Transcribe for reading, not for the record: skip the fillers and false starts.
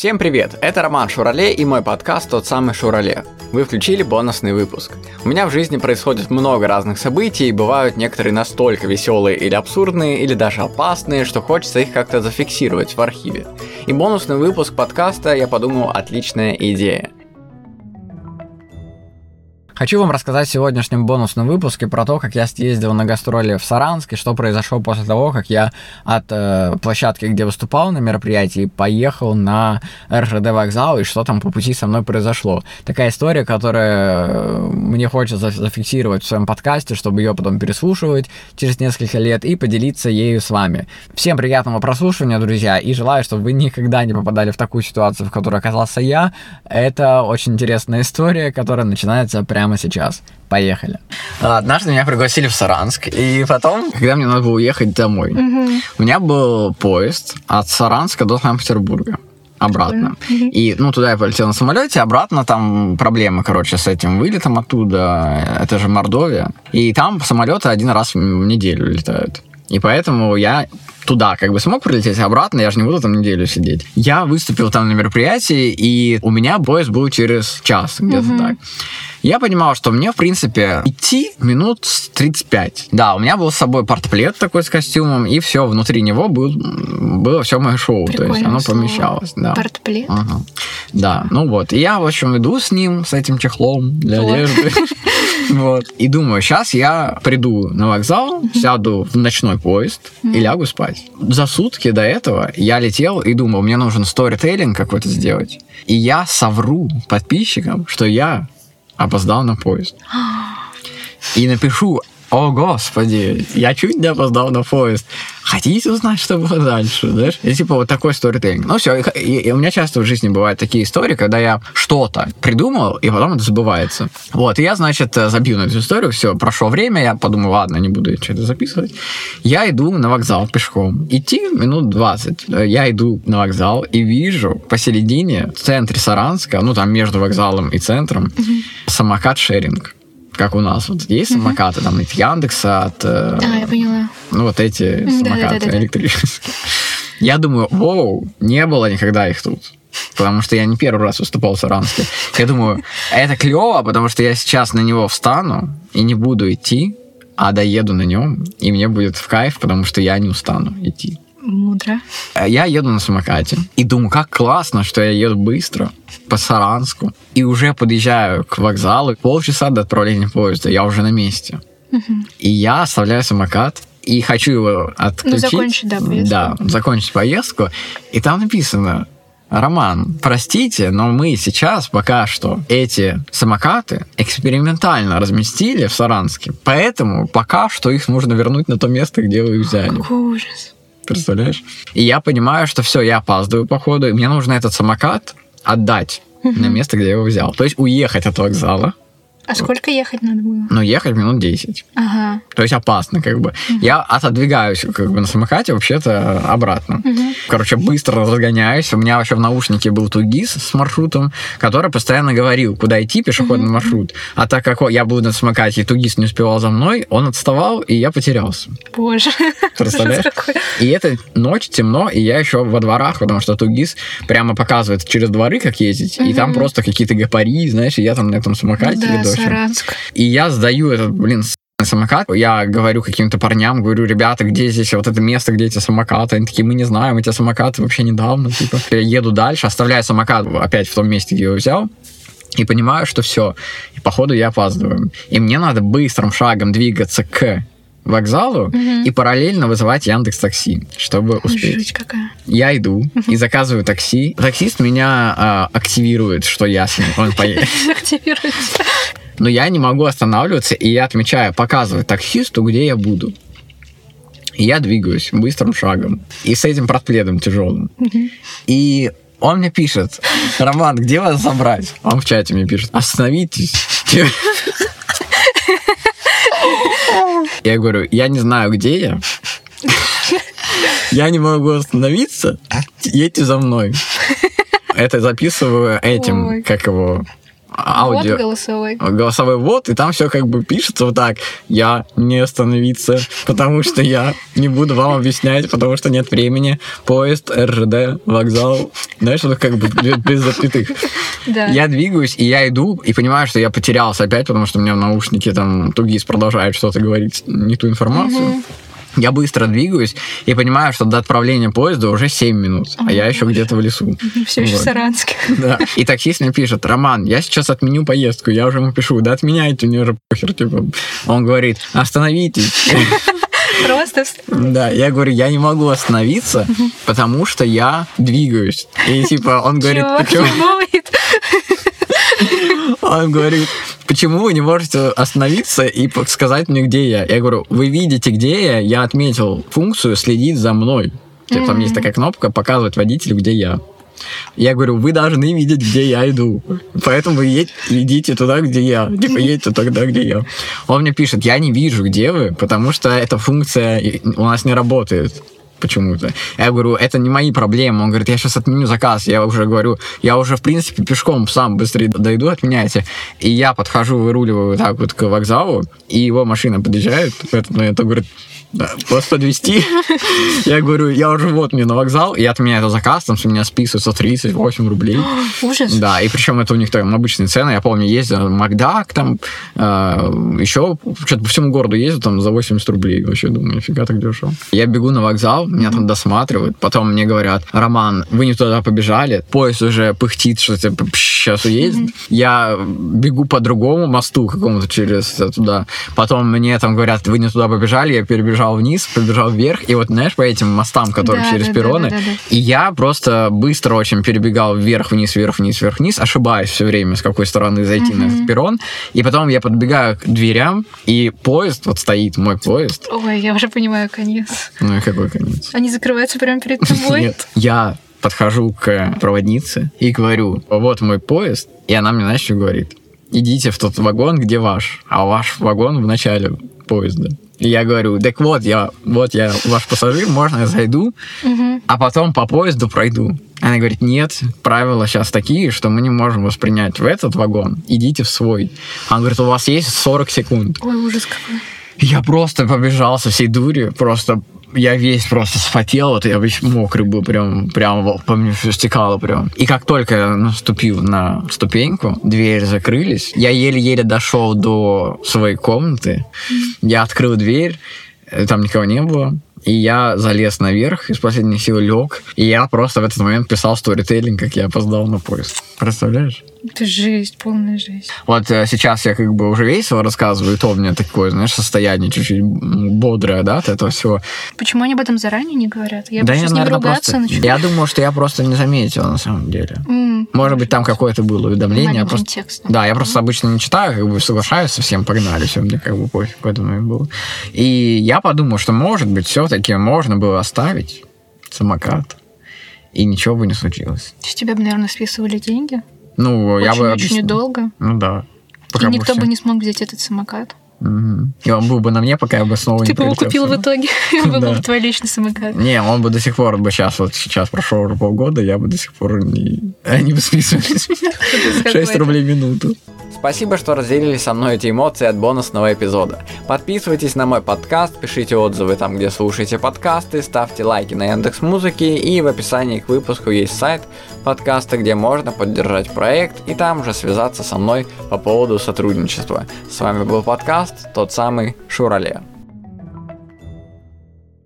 Всем привет, это Роман Шурале и мой подкаст «Тот самый Шурале». Вы включили бонусный выпуск. У меня в жизни происходит много разных событий, и бывают некоторые настолько веселые или абсурдные, или даже опасные, что хочется их как-то зафиксировать в архиве. И бонусный выпуск подкаста, я подумал, отличная идея. Хочу вам рассказать в сегодняшнем бонусном выпуске про то, как я съездил на гастроли в Саранск и что произошло после того, как я от площадки, где выступал на мероприятии, поехал на РЖД вокзал и что там по пути со мной произошло. Такая история, которую мне хочется зафиксировать в своем подкасте, чтобы ее потом переслушивать через несколько лет и поделиться ею с вами. Всем приятного прослушивания, друзья, и желаю, чтобы вы никогда не попадали в такую ситуацию, в которой оказался я. Это очень интересная история, которая начинается прямо сейчас. Поехали. Однажды меня пригласили в Саранск, и потом, когда мне надо было уехать домой, у меня был поезд от Саранска до Санкт-Петербурга. Обратно. И, туда я полетел на самолете, обратно там проблемы, с этим вылетом оттуда. Это же Мордовия. И там самолеты один раз в неделю летают. И поэтому я туда смог прилететь, а обратно я же не буду там неделю сидеть. Я выступил там на мероприятии, и у меня поезд был через час, где-то так. Я понимал, что мне, в принципе, идти минут 35. Да, у меня был с собой портплет такой с костюмом, и все, внутри него было все мое шоу. Прикольно, то есть оно помещалось. Да. Портплет? Да, И я, в общем, иду с ним, с этим чехлом для одежды. И думаю, сейчас я приду на вокзал, сяду в ночной поезд и лягу спать. За сутки до этого я летел и думал, мне нужен сторителлинг какой-то сделать. И я совру подписчикам, что я опоздал на поезд. И напишу: о, господи, я чуть не опоздал на поезд. Хотите узнать, что было дальше? Знаешь? И такой сторителлинг. Все, и у меня часто в жизни бывают такие истории, когда я что-то придумал, и потом это забывается. И я, забил на эту историю, все, прошло время, я подумал, ладно, не буду что-то записывать. Я иду на вокзал пешком. Идти минут 20. Я иду на вокзал и вижу посередине, в центре Саранска, там между вокзалом и центром, самокат-шеринг. Как у нас. Есть самокаты, там, от Яндекса, от... я поняла. Эти самокаты электрические. Я думаю, не было никогда их тут. Потому что я не первый раз выступал в Саранске. Я думаю, это клево, потому что я сейчас на него встану и не буду идти, а доеду на нем, и мне будет в кайф, потому что я не устану идти. Мудро. Я еду на самокате и думаю, как классно, что я еду быстро по Саранску и уже подъезжаю к вокзалу. Полчаса до отправления поезда, я уже на месте. И я оставляю самокат и хочу его отключить. Закончить, поездку. Да, закончить поездку. И там написано: Роман, простите, но мы сейчас пока что эти самокаты экспериментально разместили в Саранске, поэтому пока что их нужно вернуть на то место, где вы их взяли. Какой ужас. Представляешь? И я понимаю, что все, я опаздываю по ходу, и мне нужно этот самокат отдать на место, где я его взял. То есть уехать от вокзала. А сколько ехать надо было? Ехать минут 10. Ага. То есть опасно, Я отодвигаюсь, на самокате вообще-то обратно. Быстро разгоняюсь. У меня вообще в наушнике был тугис с маршрутом, который постоянно говорил, куда идти, пешеходный маршрут. А так как я был на самокате, и тугис не успевал за мной, он отставал, и я потерялся. Боже. Представляешь? И это ночь, темно, и я еще во дворах, потому что тугис прямо показывает через дворы, как ездить, и там просто какие-то гапари, знаешь, и я там на этом самокате еду. Саранск. И я сдаю этот, самокат. Я говорю каким-то парням, ребята, где здесь это место, где эти самокаты? Они такие, мы не знаем, эти самокаты вообще недавно. Я еду дальше, оставляю самокат опять в том месте, где я его взял, и понимаю, что все. И походу я опаздываю. И мне надо быстрым шагом двигаться к вокзалу и параллельно вызывать Яндекс.Такси, чтобы успеть. Жуть какая. Я иду и заказываю такси. Таксист меня активирует, что я с ним. Он поедет. Активируется. Но я не могу останавливаться, и я отмечаю, показываю таксисту, где я буду. И я двигаюсь быстрым шагом. И с этим портпледом тяжелым. И он мне пишет: Роман, где вас забрать? Он в чате мне пишет: остановитесь. Я говорю: я не знаю, где я. Я не могу остановиться. Едьте за мной. Это записываю этим, аудио. Вот голосовой. Голосовой ввод, и там все как бы пишется вот так. Я не остановиться, потому что я не буду вам объяснять, потому что нет времени. Поезд, РЖД, вокзал. Знаешь, это как бы без запятых. Да. Я двигаюсь, и я иду, и понимаю, что я потерялся опять, потому что у меня в наушнике там тугис продолжает что-то говорить, не ту информацию. Я быстро двигаюсь и понимаю, что до отправления поезда уже 7 минут, а я еще где-то в лесу. Все еще в Саранске. Да. И таксист мне пишет: Роман, я сейчас отменю поездку. Я уже ему пишу: да отменяйте, мне уже похер. Типа. Он говорит: остановитесь. Просто. Да, я говорю: я не могу остановиться, потому что я двигаюсь. И типа он говорит: почему? Он говорит: почему вы не можете остановиться и сказать мне, где я? Я говорю: вы видите, где я отметил функцию следить за мной. Типа, там есть такая кнопка показывать водителю, где я. Я говорю: вы должны видеть, где я иду. Поэтому вы идите туда, где я. Типа, едьте тогда, где я. Он мне пишет: я не вижу, где вы, потому что эта функция у нас не работает. Почему-то. Я говорю: это не мои проблемы. Он говорит: я сейчас отменю заказ. Я уже говорю: я уже, в принципе, пешком сам быстрее дойду, отменяйте. И я подхожу, выруливаю вот так вот к вокзалу, и его машина подъезжает в этот момент. Он говорит: да, просто подвезти. Я говорю: я уже вот мне на вокзал, и отменяю этот заказ, там с меня списывают 138 рублей. Ужас. Да, и причем это у них там обычные цены. Я помню, ездил в Макдак, там еще что-то по всему городу ездил там за 80 рублей. Вообще думаю, нифига так дешево. Я бегу на вокзал, меня там досматривают, потом мне говорят: Роман, вы не туда побежали, поезд уже пыхтит, что типа сейчас уедет. Я бегу по другому мосту какому-то через туда. Потом мне там говорят: вы не туда побежали, я перебежал вниз, побежал вверх, и вот, знаешь, по этим мостам, которые через перроны, и я просто быстро очень перебегал вверх-вниз, вверх-вниз, вверх-вниз, ошибаясь все время, с какой стороны зайти на этот перрон, и потом я подбегаю к дверям, и поезд, вот стоит мой поезд. Ой, я уже понимаю конец. Ну и какой конец? Они закрываются прямо перед тобой? Нет, я подхожу к проводнице и говорю: вот мой поезд, и она мне, знаешь, что говорит? Идите в тот вагон, где ваш, а ваш вагон в начале поезда. И я говорю: так вот я ваш пассажир, можно я зайду, а потом по поезду пройду. Она говорит: нет, правила сейчас такие, что мы не можем вас принять в этот вагон, идите в свой. Она говорит: у вас есть 40 секунд. Ой, ужас какой. Я просто побежал со всей дури, просто я весь просто вспотел, вот я весь мокрый был, прям по мне все стекало прям. И как только я наступил на ступеньку, двери закрылись, я еле-еле дошел до своей комнаты, я открыл дверь, там никого не было, и я залез наверх, из последних сил лег, и я просто в этот момент писал сторителлинг, как я опоздал на поезд. Представляешь? Это жесть, полная жесть. Вот сейчас я как бы уже весело рассказываю, и то у меня такое, знаешь, состояние чуть-чуть бодрое, да, от этого всего. Почему они об этом заранее не говорят? Я да сейчас я, наверное, ругаться начну. Я думаю, что я просто не заметил, на самом деле. Может быть, там какое-то было уведомление. Да, я просто обычно не читаю, как бы соглашаюсь со всем, погнали, все, мне как бы пофиг, поэтому и было. И я подумал, что, может быть, все-таки можно было оставить самокат, и ничего бы не случилось. С тебя бы, наверное, списывали деньги? Ну, я бы... Очень долго. Ну, да. И никто бы не смог взять этот самокат. И он был бы на мне, пока я бы снова не прилетел. Ты бы его купил в итоге, был бы твой личный самокат. Не, он бы до сих пор бы сейчас прошло уже полгода, я бы до сих пор они бы списывали с меня 6 рублей в минуту. Спасибо, что разделили со мной эти эмоции от бонусного эпизода. Подписывайтесь на мой подкаст, пишите отзывы там, где слушаете подкасты, ставьте лайки на Яндекс.Музыке, и в описании к выпуску есть сайт подкаста, где можно поддержать проект и там же связаться со мной по поводу сотрудничества. С вами был подкаст «Тот самый Шурале».